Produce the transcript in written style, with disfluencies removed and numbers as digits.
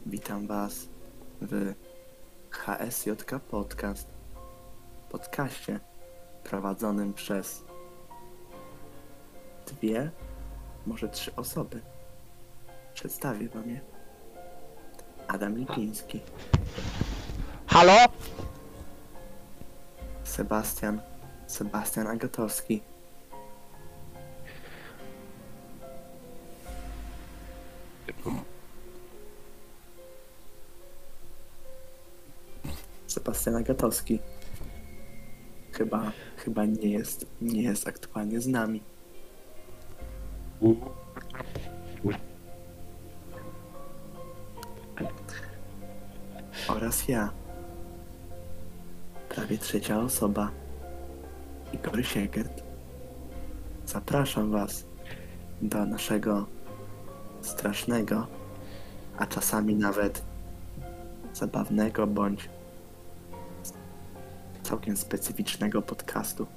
Witam Was w HSJK Podcast. Podcaście prowadzonym przez 2, może 3 osoby. Przedstawię Wam je. Adam Lipiński, Halo? Sebastian Agatowski, Sebastian Agatowski chyba nie jest aktualnie z nami. Oraz ja, prawie trzecia osoba, Igor Siegert. Zapraszam Was do naszego strasznego, a czasami nawet zabawnego bądź całkiem specyficznego podcastu.